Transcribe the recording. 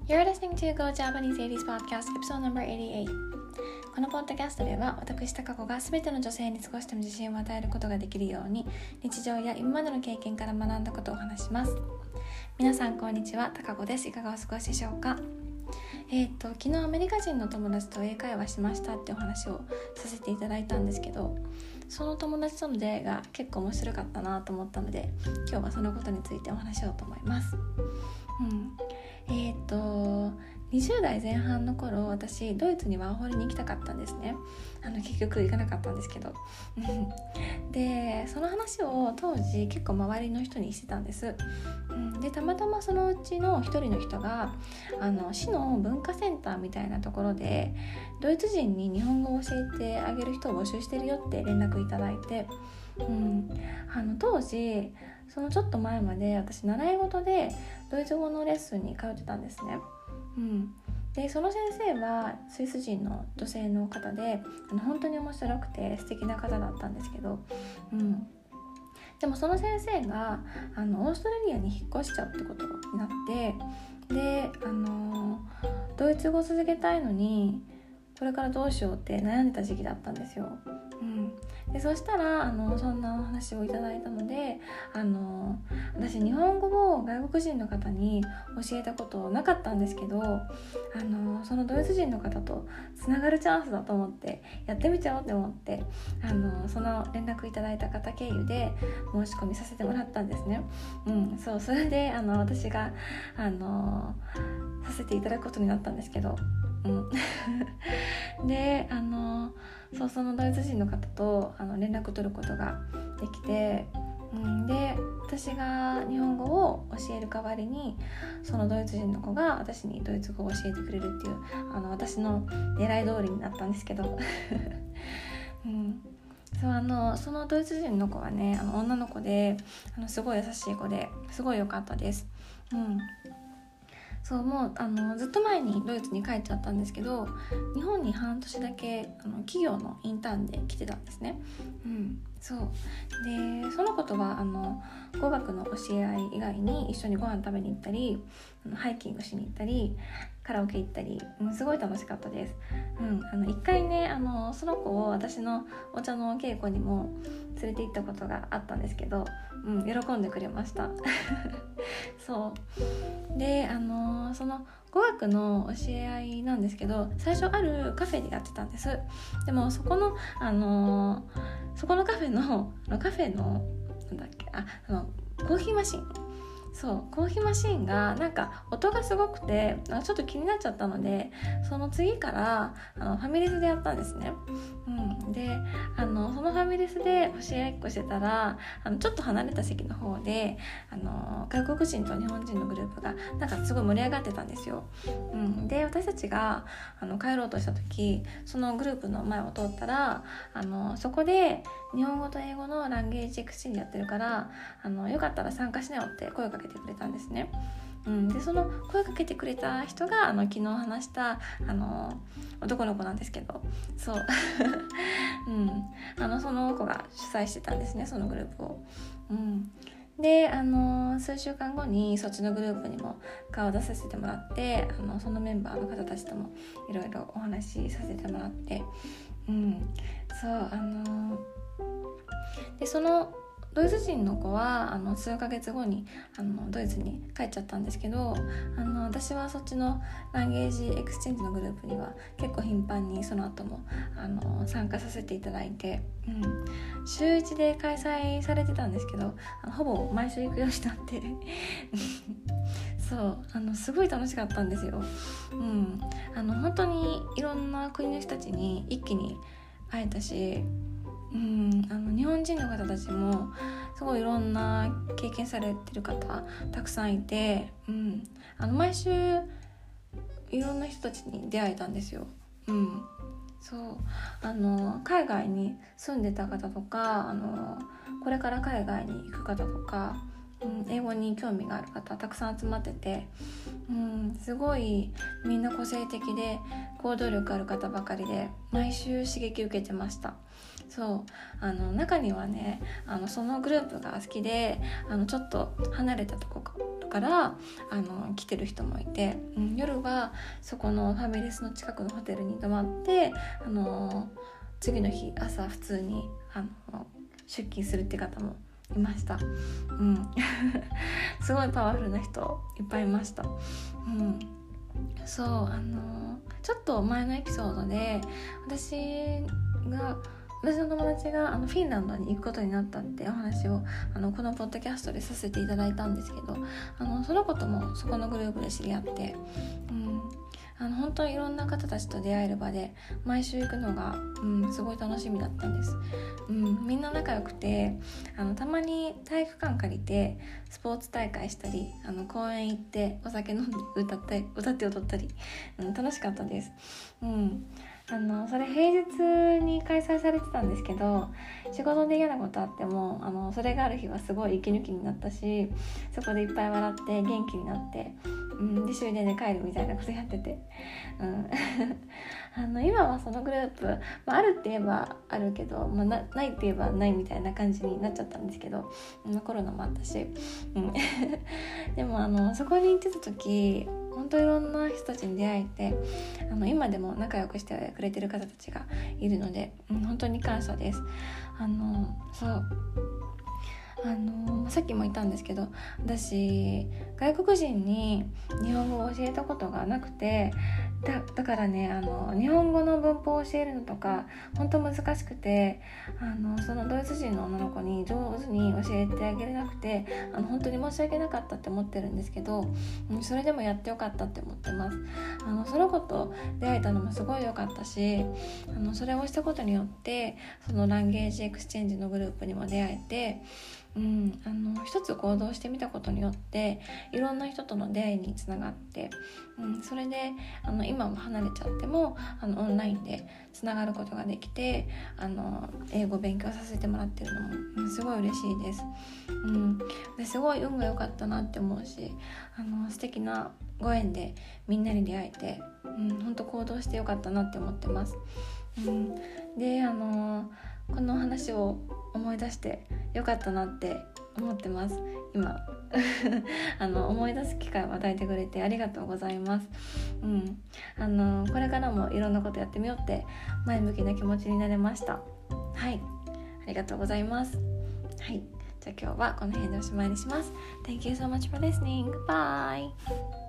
You're listening to Go Japanese 80s Podcast Episode No.88 このポッドキャストでは私高子が全ての女性に少しでも自信を与えることができるように日常や今までの経験から学んだことをお話します。皆さんこんにちは、高子です。いかがお過ごしでしょうか。昨日アメリカ人の友達と英会話しましたってお話をさせていただいたんですけど、その友達との出会いが結構面白かったなと思ったので、今日はそのことについてお話しようと思います。20代前半の頃、私ドイツにワーホリに行きたかったんですね。結局行かなかったんですけどで、その話を当時結構周りの人にしてたんです。で、たまたまそのうちの一人の人が市の文化センターみたいなところでドイツ人に日本語を教えてあげる人を募集してるよって連絡いただいて、当時そのちょっと前まで私習い事でドイツ語のレッスンに通ってたんですね。で、その先生はスイス人の女性の方で本当に面白くて素敵な方だったんですけど、でもその先生がオーストラリアに引っ越しちゃうってことになって、でドイツ語を続けたいのにこれからどうしようって悩んでた時期だったんですよ。でそしたらそんなお話をいただいたので、私日本語を外国人の方に教えたことなかったんですけど、そのドイツ人の方とつながるチャンスだと思ってやってみちゃおうって思って、その連絡いただいた方経由で申し込みさせてもらったんですね。それで私がさせていただくことになったんですけど、でそのドイツ人の方と連絡取ることができて、で私が日本語を教える代わりにそのドイツ人の子が私にドイツ語を教えてくれるっていう私の狙い通りになったんですけどそのドイツ人の子はね、女の子ですごい優しい子ですごい良かったです。もうずっと前にドイツに帰っちゃったんですけど、日本に半年だけ企業のインターンで来てたんですね。でその子とは語学の教え合い以外に一緒にご飯食べに行ったりハイキングしに行ったりカラオケ行ったり、すごい楽しかったです。一回ねその子を私のお茶の稽古にも連れて行ったことがあったんですけど、喜んでくれましたでその語学の教え合いなんですけど、最初あるカフェでやってたんです。でもそこのカフェのなんだっけコーヒーマシンコーヒーマシーンがなんか音がすごくてちょっと気になっちゃったので、その次からファミレスでやったんですね。でそのファミレスで教え合いっこしてたらちょっと離れた席の方で外国人と日本人のグループがなんかすごい盛り上がってたんですよ。で私たちが帰ろうとした時、そのグループの前を通ったらそこで日本語と英語のランゲージエクスチェンジやってるからよかったら参加しなよって声をかけてくれたんですね。でその声かけてくれた人が昨日話した男の子なんですけど、その子が主催してたんですね、そのグループを。で数週間後にそっちのグループにも顔を出させてもらって、そのメンバーの方たちともいろいろお話しさせてもらって、でそのドイツ人の子は数ヶ月後にドイツに帰っちゃったんですけど、私はそっちのランゲージエクスチェンジのグループには結構頻繁にその後も参加させていただいて、週1で開催されてたんですけどほぼ毎週行くようになってすごい楽しかったんですよ。本当にいろんな国の人たちに一気に会えたし、日本人の方たちもすごいいろんな経験されてる方たくさんいて、毎週いろんな人たちに出会えたんですよ。海外に住んでた方とかこれから海外に行く方とか、英語に興味がある方たくさん集まってて、すごいみんな個性的で行動力ある方ばかりで毎週刺激受けてました。中にはねそのグループが好きでちょっと離れたとこから来てる人もいて、夜はそこのファミレスの近くのホテルに泊まって次の日朝普通に出勤するって方もいました。すごいパワフルな人いっぱいいました。そうちょっと前のエピソードで私の友達がフィンランドに行くことになったってお話をこのポッドキャストでさせていただいたんですけど、その子ともそこのグループで知り合って、本当にいろんな方たちと出会える場で毎週行くのが、すごい楽しみだったんです。みんな仲良くてたまに体育館借りてスポーツ大会したり公園行ってお酒飲んで歌って踊ったり、楽しかったです。それ平日に開催されてたんですけど、仕事で嫌なことあってもそれがある日はすごい息抜きになったし、そこでいっぱい笑って元気になって、で終電で帰るみたいなことやってて、今はそのグループ、あるって言えばあるけど、ないって言えばないみたいな感じになっちゃったんですけど、コロナもあったし、でもそこに行ってた時本当いろんな人たちに出会えて今でも仲良くしてくれてる方たちがいるので、本当に感謝です。そうさっきも言ったんですけど、私外国人に日本語を教えたことがなくて、だからね日本語の文法を教えるのとか本当難しくてそのドイツ人の女の子に上手に教えてあげれなくて本当に申し訳なかったって思ってるんですけど、それでもやってよかったって思ってます。その子と出会えたのもすごい良かったしそれをしたことによってそのランゲージエクスチェンジのグループにも出会えて、一つ行動してみたことによっていろんな人との出会いにつながって、それで今も離れちゃってもオンラインでつながることができて英語を勉強させてもらってるのも、すごい嬉しいです。ですごい運が良かったなって思うし素敵なご縁でみんなに出会えて、本当行動して良かったなって思ってます。でこの話を思い出してよかったなって思ってます今思い出す機会を与えてくれてありがとうございます。これからもいろんなことやってみようって前向きな気持ちになれました。はい、ありがとうございます。はい、じゃあ今日はこの辺でおしまいにします。 Thank you so much for listening. Bye.